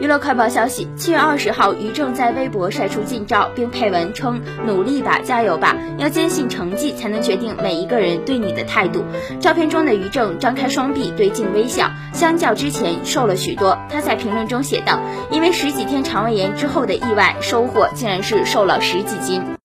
娱乐快报消息，7月20号，于正在微博晒出近照，并配文称：“努力吧，加油吧，要坚信成绩才能决定每一个人对你的态度。”照片中的于正张开双臂对镜微笑，相较之前瘦了许多。他在评论中写道：“因为10几天肠胃炎之后的意外，收获竟然是瘦了10几斤。”